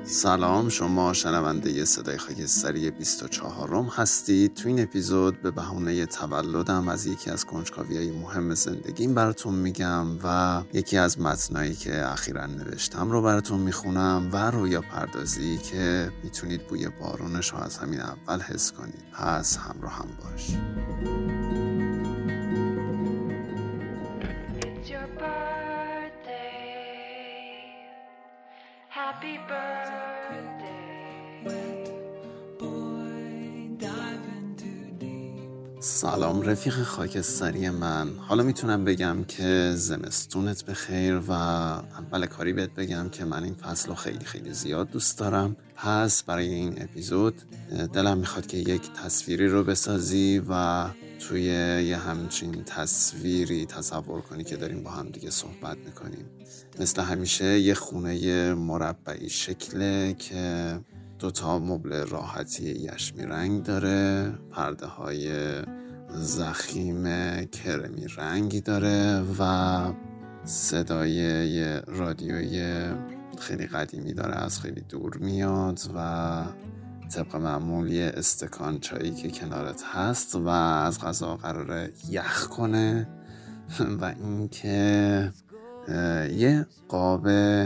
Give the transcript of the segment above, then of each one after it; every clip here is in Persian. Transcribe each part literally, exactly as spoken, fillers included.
سلام، شما شنونده صدای خاکستری بیست و چهارم هستید. تو این اپیزود به بهونه تولدم از یکی از کنجکاوی‌های مهم زندگیم براتون میگم و یکی از متنایی که اخیراً نوشتم رو براتون میخونم و رویا پردازی که میتونید بوی بارونش رو از همین اول حس کنید. پس همراه هم باش. Happy birthday, boy, dive into deep. سلام رفیق خاکستری من. حالا میتونم بگم که زمستونت بخیر و اول کاری بهت بگم که من این فصل رو خیلی خیلی زیاد دوست دارم. پس برای این اپیزود دلم میخواد که یک تصویری رو بسازی و توی یه همچین تصویری تصور کنی که داریم با هم دیگه صحبت میکنیم. مثل همیشه یه خونه مربعی شکله که دوتا مبل راحتی یشمی رنگ داره، پرده های ضخیم کرمی رنگی داره و صدای یه رادیوی خیلی قدیمی داره، از خیلی دور میاد و طبق معمول یه استکان چایی که کنارت هست و از غذا قراره یخ کنه و این که یه قاب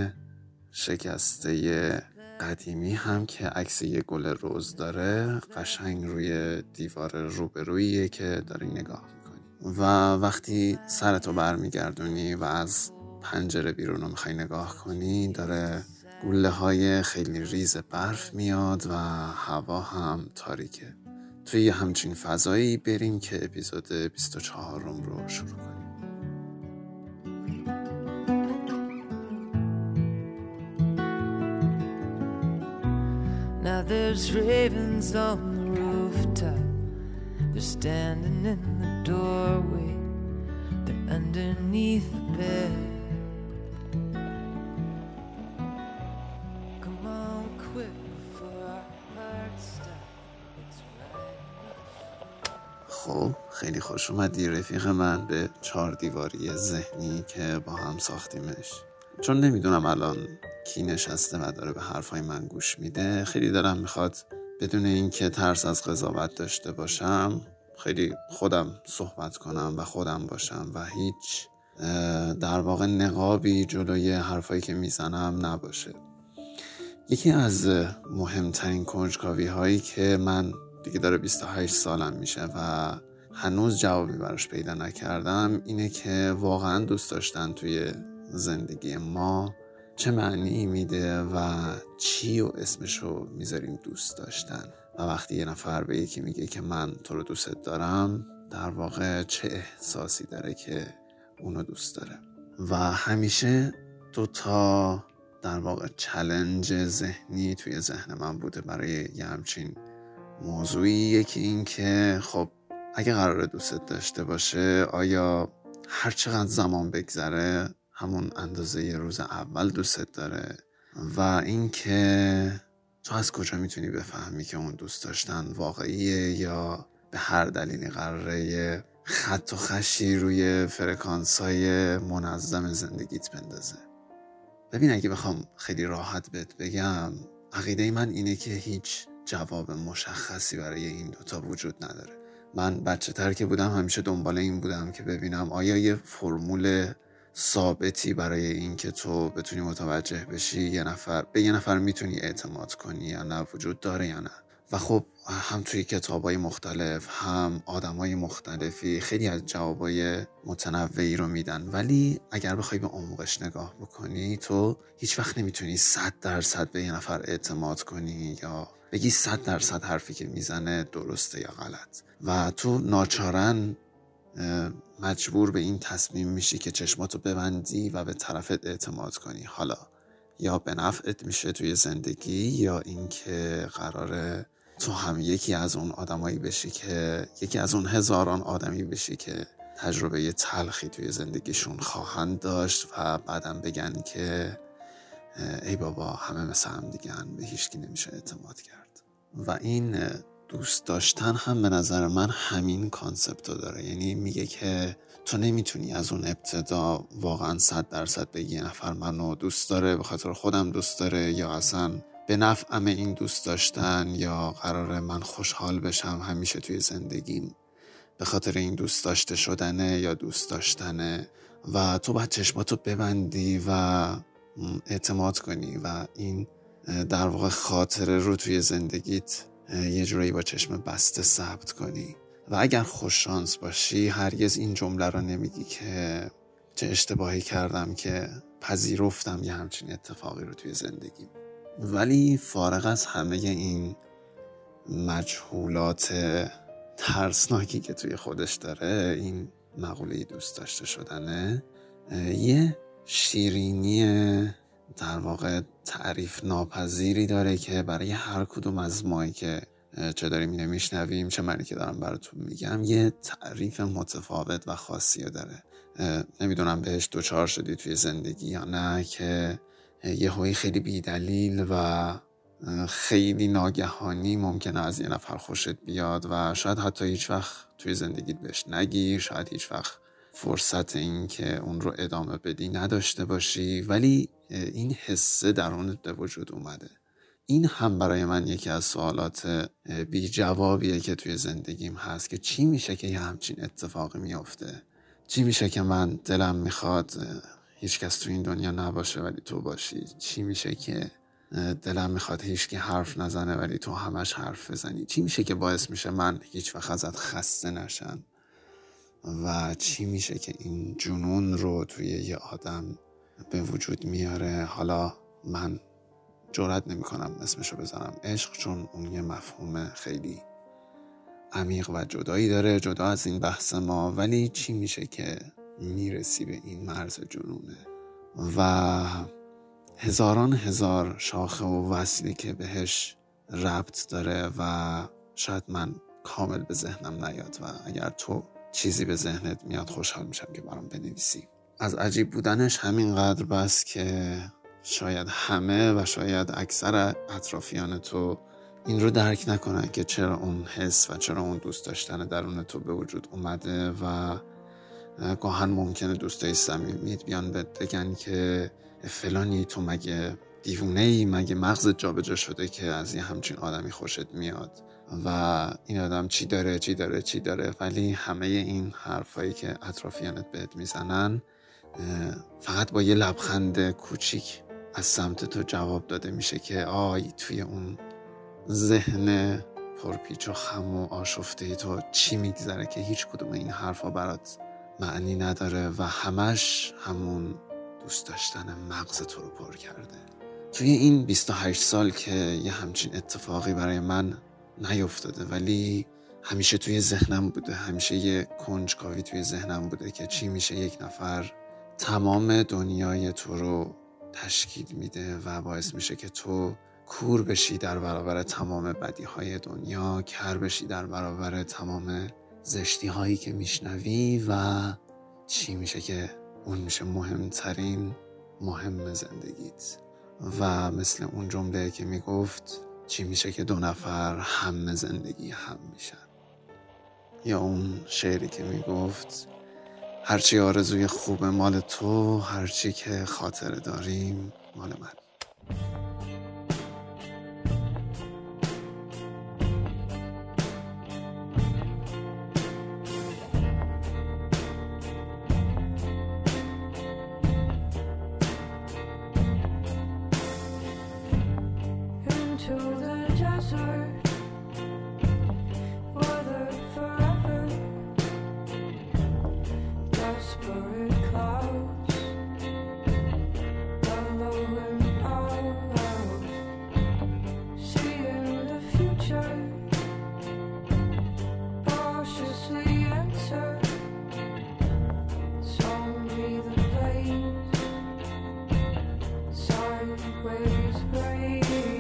شکسته قدیمی هم که عکس یه گل رز داره قشنگ روی دیوار روبرویه که داری نگاه میکنی و وقتی سرتو برمیگردونی و از پنجره بیرون رو میخوای نگاه کنی داره گوله های خیلی ریز برف میاد و هوا هم تاریکه. توی یه همچین فضایی بریم که اپیزود بیست و چهارم رو شروع کنیم. Now there's ravens on the rooftop. They're standing in the doorway. They're underneath the bed. Come on quick before our hearts stop. It's right. خب خیلی خوش اومدی رفیق من به چهار دیواری ذهنی که با هم ساختیمش. چون نمیدونم الان کی نشسته و داره به حرفای من گوش میده، خیلی دلم میخواد بدون اینکه ترس از قضاوت داشته باشم خیلی خودم صحبت کنم و خودم باشم و هیچ در واقع نقابی جلوی حرفایی که میزنم نباشه. یکی از مهمترین کنجکاوی هایی که من دیگه داره بیست و هشت سالم میشه و هنوز جوابی براش پیدا نکردم اینه که واقعا دوست داشتن توی زندگی ما چه معنی میده و چی و اسمشو میذاریم دوست داشتن و وقتی یه نفر به یکی میگه که من تو رو دوست دارم در واقع چه احساسی داره که اونو دوست داره. و همیشه دوتا در واقع چالش ذهنی توی ذهن من بوده برای یه همچین موضوعی. یکی این که خب اگه قراره دوست داشته باشه آیا هر چقدر زمان بگذره همون اندازه یه روز اول دوست داره و این که تو از کجا میتونی بفهمی که اون دوست داشتن واقعیه یا به هر دلیلی قراره خط و خشی روی فرکانس‌های منظم زندگیت بندازه. ببین اگه بخوام خیلی راحت بهت بگم عقیده من اینه که هیچ جواب مشخصی برای این دوتا وجود نداره. من بچه تر که بودم همیشه دنبال این بودم که ببینم آیا یه فرمول ثابتی برای این که تو بتونی متوجه بشی یه نفر به یه نفر میتونی اعتماد کنی یا نه وجود داره یا نه. و خب هم توی کتابای مختلف هم آدمای مختلفی خیلی از جوابای متنوعی رو میدن، ولی اگر بخوای به عمقش نگاه بکنی تو هیچ وقت نمیتونی صد درصد به یه نفر اعتماد کنی یا بگی صد درصد حرفی که میزنه درسته یا غلط و تو ناچارن مجبور به این تصمیم میشی که چشماتو ببندی و به طرفت اعتماد کنی. حالا یا به نفعت میشه توی زندگی یا اینکه قراره تو هم یکی از اون آدمایی بشی که یکی از اون هزاران آدمی بشی که تجربه تلخی توی زندگیشون خواهند داشت و بعدم بگن که ای بابا همه مثل هم دیگن، به هیچکی نمیشه اعتماد کرد. و این دوست داشتن هم به نظر من همین کانسپت رو داره، یعنی میگه که تو نمیتونی از اون ابتدا واقعا صد درصد بگی یه نفر منو دوست داره به خاطر خودم دوست داره یا اصلا به نفعم این دوست داشتن یا قراره من خوشحال بشم همیشه توی زندگیم به خاطر این دوست داشته شدنه یا دوست داشتنه و تو باید چشماتو ببندی و اعتماد کنی و این در واقع خاطره رو توی زندگیت یه جورایی با چشم بسته ثبت کنی و اگر خوش شانس باشی هرگز این جمله رو نمیگی که چه اشتباهی کردم که پذیرفتم یه همچین اتفاقی رو توی زندگیم. ولی فارغ از همه این مجهولات ترسناکی که توی خودش داره، این مقوله دوست داشته شدنه یه شیرینی در واقع تعریف ناپذیری داره که برای هر کدوم از مایی که چه داریم اینو میشنویم چه منی که دارم براتون میگم یه تعریف متفاوت و خاصی داره. نمیدونم بهش دوچار شدی توی زندگی یا نه که یه هایی خیلی بی دلیل و خیلی ناگهانی ممکنه از یه نفر خوشت بیاد و شاید حتی هیچ وقت توی زندگیت بهش نگیر، شاید هیچ وقت فرصت این که اون رو ادامه بدی نداشته باشی، ولی این حسه درونت به وجود اومده. این هم برای من یکی از سوالات بی جوابیه که توی زندگیم هست که چی میشه که یه همچین اتفاقی میافته؟ چی میشه که من دلم میخواد هیچ کس تو این دنیا نباشه ولی تو باشی؟ چی میشه که دلم میخواد هیچکی حرف نزنه ولی تو همش حرف بزنی؟ چی میشه که باعث میشه من هیچ وقت ازت خسته نشم؟ و چی میشه که این جنون رو توی یه آدم به وجود میاره؟ حالا من جرئت نمی کنم اسمشو بذارم عشق، چون اون یه مفهوم خیلی عمیق و جدایی داره، جدا از این بحث ما. ولی چی میشه که میرسی به این مرز جنونه و هزاران هزار شاخه و وصلی که بهش ربط داره و شاید من کامل به ذهنم نیاد و اگر تو چیزی به ذهنت میاد خوشحال میشم که برام بنویسی. از عجیب بودنش همینقدر بس که شاید همه و شاید اکثر اطرافیان تو این رو درک نکنن که چرا اون حس و چرا اون دوست داشتن درون تو به وجود اومده و گاهن ممکنه دوستای صمیمیت بیان بهت بگن که فلانی تو مگه دیوونه‌ای، مگه مغزت جابجا شده که از یه همچین آدمی خوشت میاد و این آدم چی داره چی داره چی داره. ولی همه این حرفایی که اطرافیانت بهت میزنن فقط با یه لبخند کوچیک از سمت تو جواب داده میشه که آی توی اون ذهن پرپیچ و خم و آشفته تو چی میگذره که هیچ کدوم این حرفا برات معنی نداره و همش همون دوست داشتن مغز تو رو پر کرده. توی این بیست و هشت سال که یه همچین اتفاقی برای من نیفتاده ولی همیشه توی ذهنم بوده، همیشه یه کنجکاوی توی ذهنم بوده که چی میشه یک نفر تمام دنیای تو رو تشکیل میده و باعث میشه که تو کور بشی در برابر تمام بدیهای دنیا، کر بشی در برابر تمام زشتی هایی که میشنوی و چی میشه که اون میشه مهمترین مهم زندگیت. و مثل اون جمله که میگفت چی میشه که دو نفر هم زندگی هم میشن، یا اون شعری که میگفت هرچی آرزوی خوب مال تو، هرچی که خاطره داریم مال من. into the desert, weathered forever, desperate clouds, bellowing out, seeing the future, cautiously enter, saw me the place, sideways grave.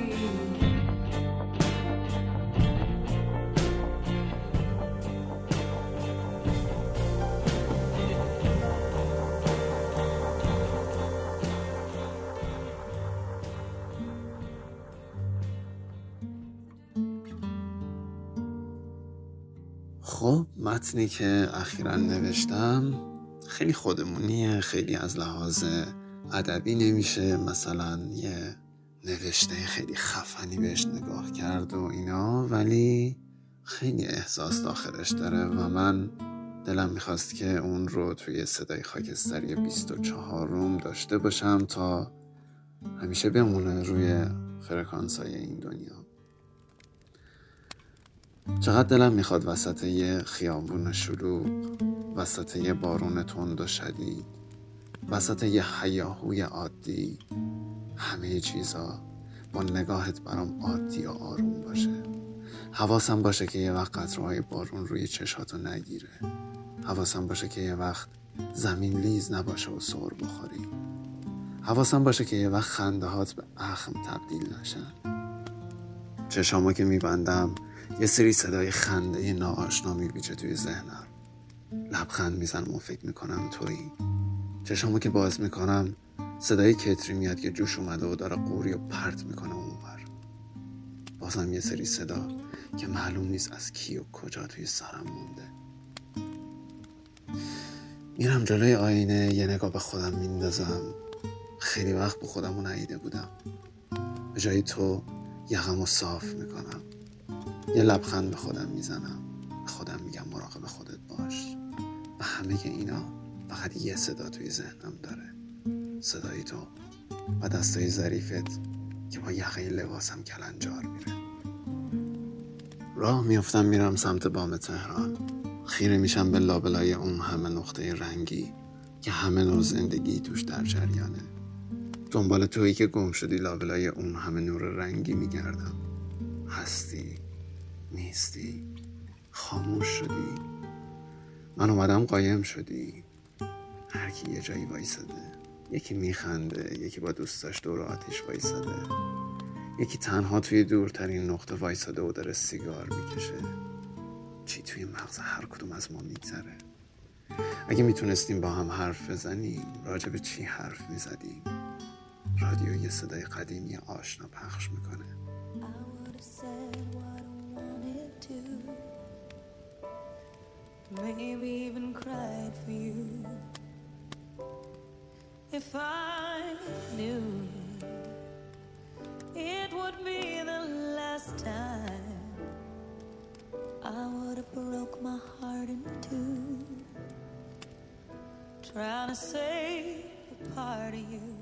خب متنی که اخیراً نوشتم خیلی خودمونیه، خیلی از لحاظ ادبی نمیشه مثلا یه نوشته خیلی خفنی بهش نگاه کرد و اینا، ولی خیلی احساس داخلش داره و من دلم میخواست که اون رو توی صدای خاکستری بیست و چهارم داشته باشم تا همیشه بمونه روی فرکانسای این دنیا. چقدر دلم میخواد وسط یه خیابون شلوغ، وسط یه بارون تند و شدید، وسط یه هیاهوی عادی، همه چیزا با نگاهت برام عادی و آروم باشه. حواسم باشه که یه وقت قطره‌های بارون روی چشاتو نگیره. حواسم باشه که یه وقت زمین لیز نباشه و سر بخوری. حواسم باشه که یه وقت خندهات به اخم تبدیل نشن. چشامو که میبندم یه سری صدای خنده ناآشنا میپیچه توی ذهنم. لبخند میزنم و فکر میکنم تویی. چشامو که باز میکنم صدای کتری میاد که جوش اومده و داره قوری و پرت میکنه اونور. بازم یه سری صدا که معلوم نیست از کی و کجا توی سرم مونده. میرم جلوی آینه، یه نگاه به خودم میندازم. خیلی وقت به خودمو ندیده بودم. به جای تو یقمو صاف میکنم، یه لبخند به خودم میزنم، به خودم میگم مراقب خودت باش. و همه اینا فقط یه صدا توی ذهنم داره، صدای تو و دستای ظریفت که با یقه لباسم کلنجار میره. راه میافتم میرم سمت بام تهران. خیره میشم به لابلای اون همه نقطه رنگی که همه نوع زندگی توش در جریانه. دنبال تویی که گم شدی لابلای اون همه نور رنگی میگردم. هستی، نیستی، خاموش شدی. من اومدم قایم شدی. هر کی یه جایی وایساده، یکی میخنده، یکی با دوستاش دور آتیش وایساده، یکی تنها توی دورترین نقطه وایساده و داره سیگار میکشه. چی توی مغز هر کدوم از ما میگذره؟ اگه میتونستیم با هم حرف بزنیم، راجع به چی حرف میزدیم؟ رادیو یه صدای قدیمی آشنا پخش میکنه. Maybe even cried for you if I knew it would be the last time. I would have broke my heart in two trying to save a part of you.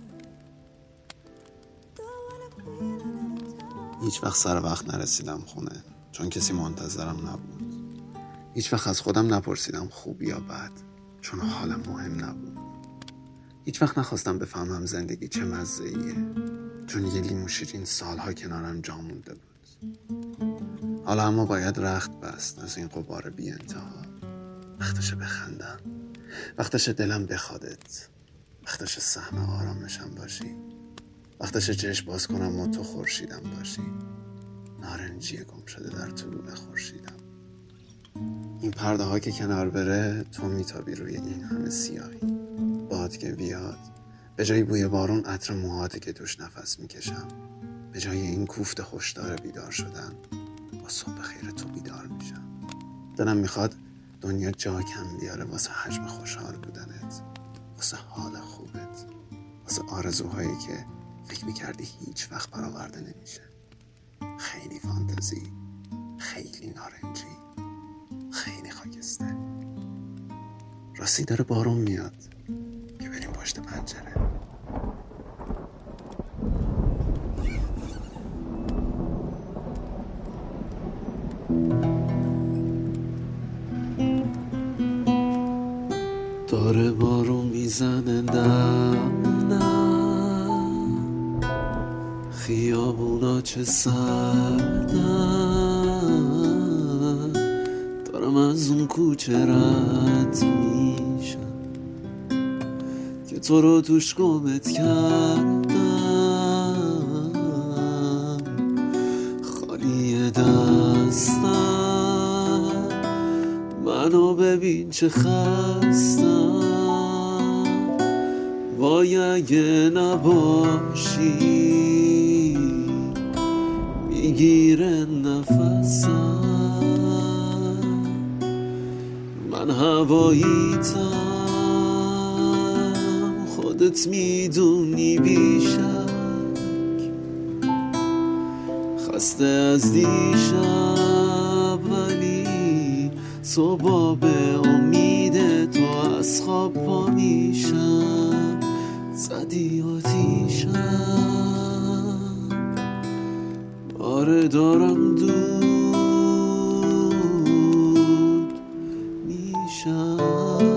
هیچ وقت سر وقت نرسیدم خونه چون کسی منتظرم نبود. هیچ وقت از خودم نپرسیدم خوب یا بد چون حالم مهم نبود. هیچ وقت نخواستم بفهمم زندگی چه مزه‌ایه چون یه لیمو شیرین سالها کنارم جا مونده بود. حالا اما باید رخت بست از این غبار بی انتها. وقتشه بخندم، وقتشه دلم بخوادت، وقتشه سهم آرامشم باشی، وقتشه چشم باز کنم و تو خورشیدم باشی، نارنجی گم شده در طلوع خورشیدم. این پرده ها که کنار بره تو میتابی روی این همه سیاهی. باد که بیاد به جای بوی بارون عطر موهاته که توش نفس میکشم. به جای این کوفت هشدار بیدار شدن با صبح خیر تو بیدار میشم. دلم میخواد دنیا جا کم بیاره واسه حجم خوشحال بودنت، واسه حال خوبت، واسه آرزوهایی که فکر میکردی هیچ وقت برآورده نمیشه. خیلی فانتزی، خیلی نارنجی، خیلی خاکستری. راستی داره بارون میاد که بریم پشت پنجره. داره بارون میزنه دمونم، خیابونا چه سردن، دارم از اون کوچه رد میشم که تو رو توش گمت کردم. خالی دستم، منو ببین چه خستم، وای اگه نباشی میگیره نفسم. من هواییتم، خودت میدونی بیشک، خسته از دیشب، ولی صبح به امید تو از خواب پا میشم. زدی آتیشم، آره دارم دود میشم.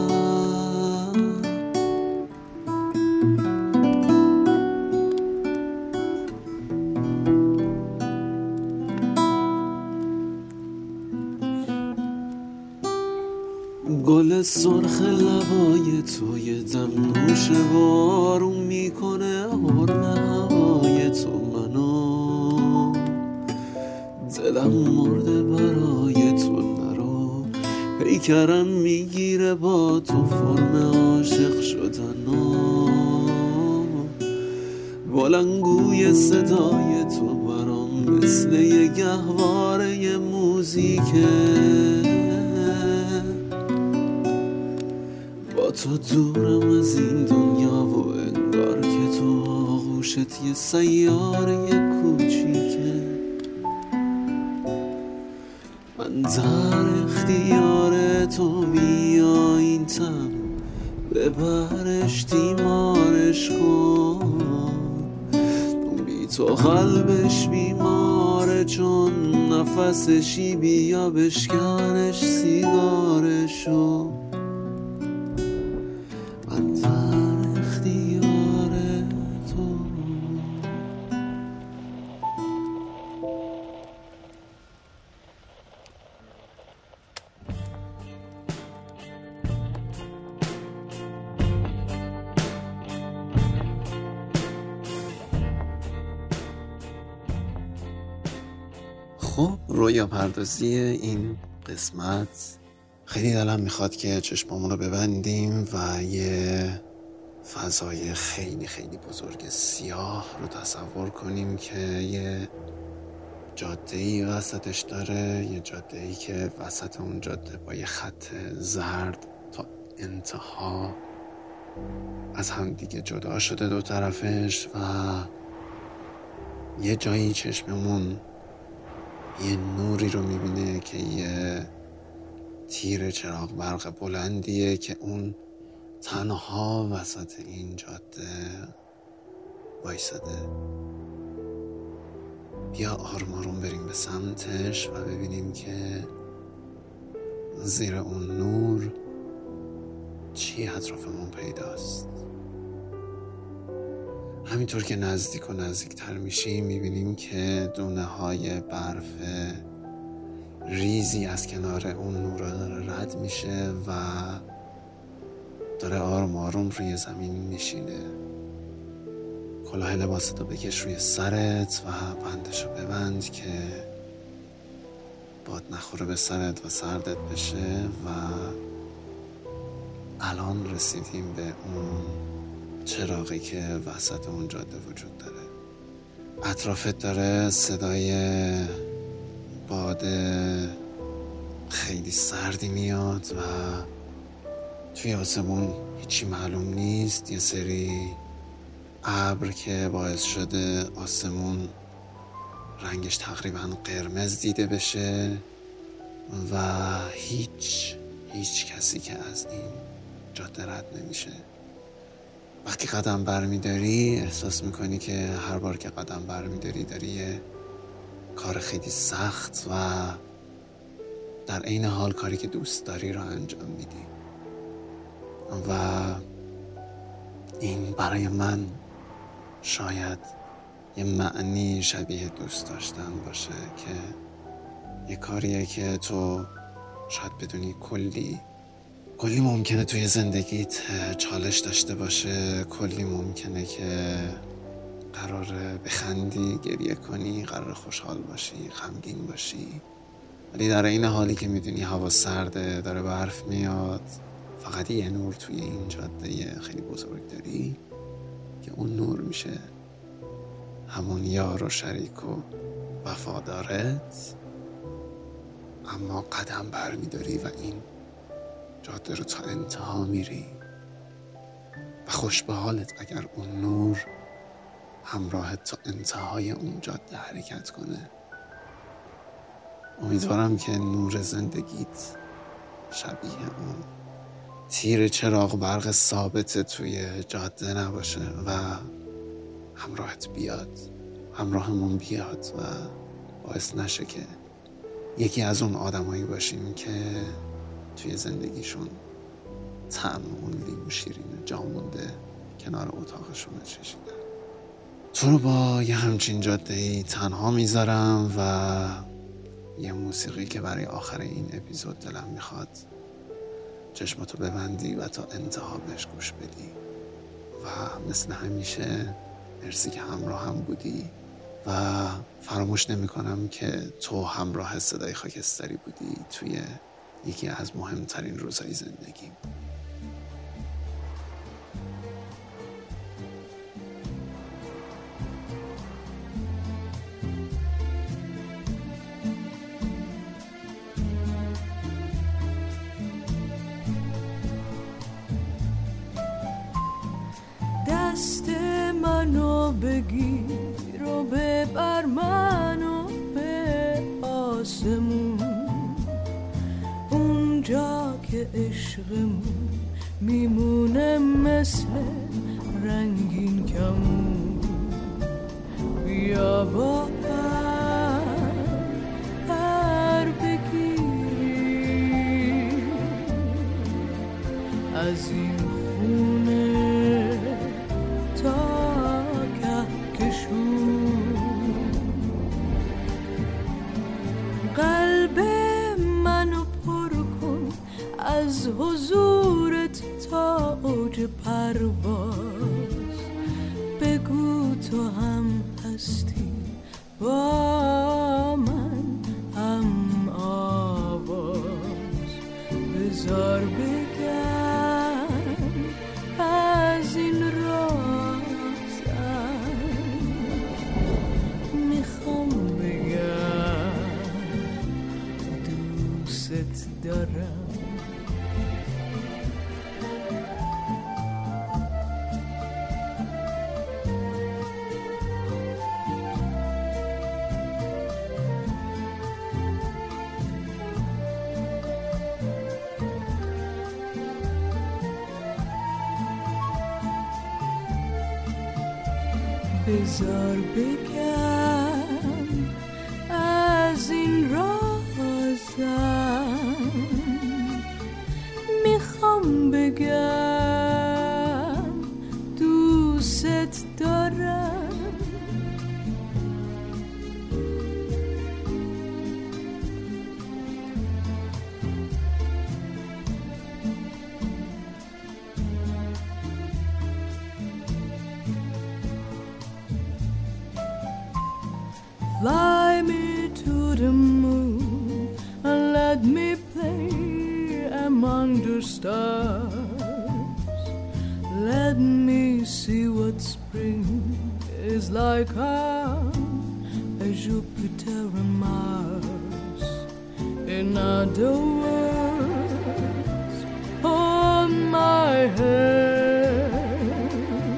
گل سرخ لبای تو یه دم نوش بارون میکنه، حرم هوای تو منو، دلم مرده برای تو نرو. پیکرم میگیره با تو فرم عاشق شدنو، بلنگوی صدای تو برام مثل یه گهواره موزیکه. با تو دورم از این دنیا و انگار که تو آغوشت یه سیاره کوچیکه. من در اختیار تو، بیا این تن ببرش تیمارش کن. بی تو قلبش بیماره چون نفسشی، بیا بشکنش سیگارشو. من در اختیار تو. خب رویا پردازی این قسمت خیلی دلم میخواد که چشمامون رو ببندیم و یه فضای خیلی خیلی بزرگ سیاه رو تصور کنیم که یه جاده‌ای وسطش داره، یه جاده‌ای که وسط اون جاده با یه خط زرد تا انتها از هم دیگه جدا شده دو طرفش، و یه جایی چشممون یه نوری رو میبینه که یه تیر چراغ برق بلندیه که اون تنها وسط این جاده وایساده. بیا آروم آروم بریم به سمتش و ببینیم که زیر اون نور چی اطرافمون پیداست. همینطور که نزدیک و نزدیکتر میشیم میبینیم که دونه های برف ریزی از کنار اون نور داره رد میشه و داره آروم آروم روی زمین میشینه. کلاه لباستو بکش روی سرت و بندشو ببند که باد نخوره به سرت و سردت بشه. و الان رسیدیم به اون چراغی که وسط اون جاده وجود داره. اطرافت داره صدای باد خیلی سردی میاد و توی آسمون هیچی معلوم نیست. یه سری ابر که باعث شده آسمون رنگش تقریبا قرمز دیده بشه و هیچ هیچ کسی که از این جاده رد نمیشه. وقتی قدم برمیداری احساس میکنی که هر بار که قدم برمیداری داری یه کار خیلی سخت و در عین حال کاری که دوست داری رو انجام میدی. و این برای من شاید یه معنی شبیه دوست داشتن باشه، که یه کاریه که تو شاید بدونی کلی کلی ممکنه توی زندگیت چالش داشته باشه، کلی ممکنه که قراره بخندی، گریه کنی، قراره خوشحال باشی، غمگین باشی، ولی در این حالی که میدونی هوا سرده، داره برف میاد، فقط یه نور توی این جاده خیلی بزرگ داری که اون نور میشه همون یار و شریک و وفادارت. اما قدم بر میداری و این جاده رو تا انتها میری و خوش به حالت اگر اون نور همراه تا انتهای اون جاده حرکت کنه. امیدوارم که نور زندگیت شبیه اون تیر چراغ برق ثابت توی جاده نباشه و همراهت بیاد، همراهمون بیاد و باعث نشه که یکی از اون آدمایی باشیم که توی زندگیشون طعم اون لیمو شیرین جا مونده کنار اتاقشون چشیدن. تو رو با یه همچین جاده‌ای تنها میذارم و یه موسیقی که برای آخر این اپیزود دلم میخواد چشماتو ببندی و تا انتها بهش گوش بدی. و مثل همیشه مرسی که همراه هم بودی و فراموش نمی کنم که تو همراه صدای خاکستری بودی توی یکی از مهمترین روزهای زندگیم. دست منو بگیر و ببر منو به آسمون، اونجا که عشقمون میمونه مثل رنگین کمون. بیا با هم پر بگیری از این خونه تا کهکشون. قلب منو پر کن از حضورت تا اوج پرواز. بگو تو هم هستی با من هم آواز. بذار بگم از این رازم، میخوام بگم دوست دارم. بذار بگم از این رازم، میخوام بگم دوست دارم. Fly me to the moon and let me play among the stars. Let me see what spring is like on a Jupiter and Mars. In other words, hold my hand.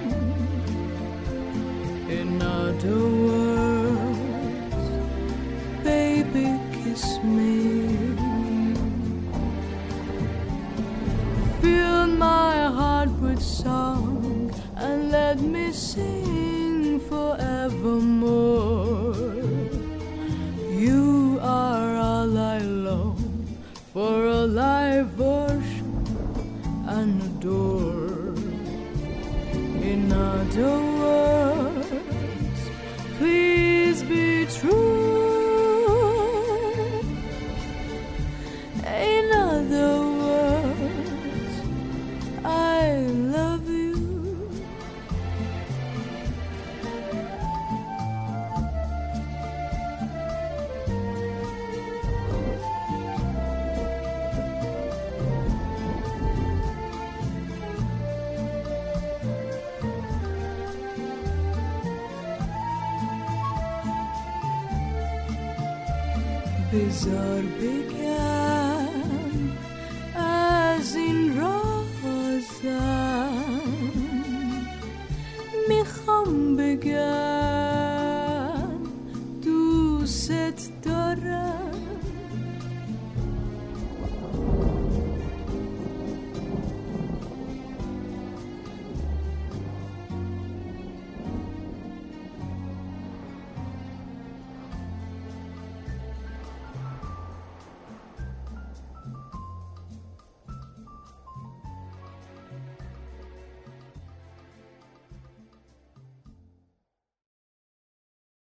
In other words, baby, kiss me. Fill my heart with song and let me sing forevermore. You are all I long for, all I worship and adore. In other words, please be true. In other words, I love you. بذار بگم از این رازم، میخوام بگم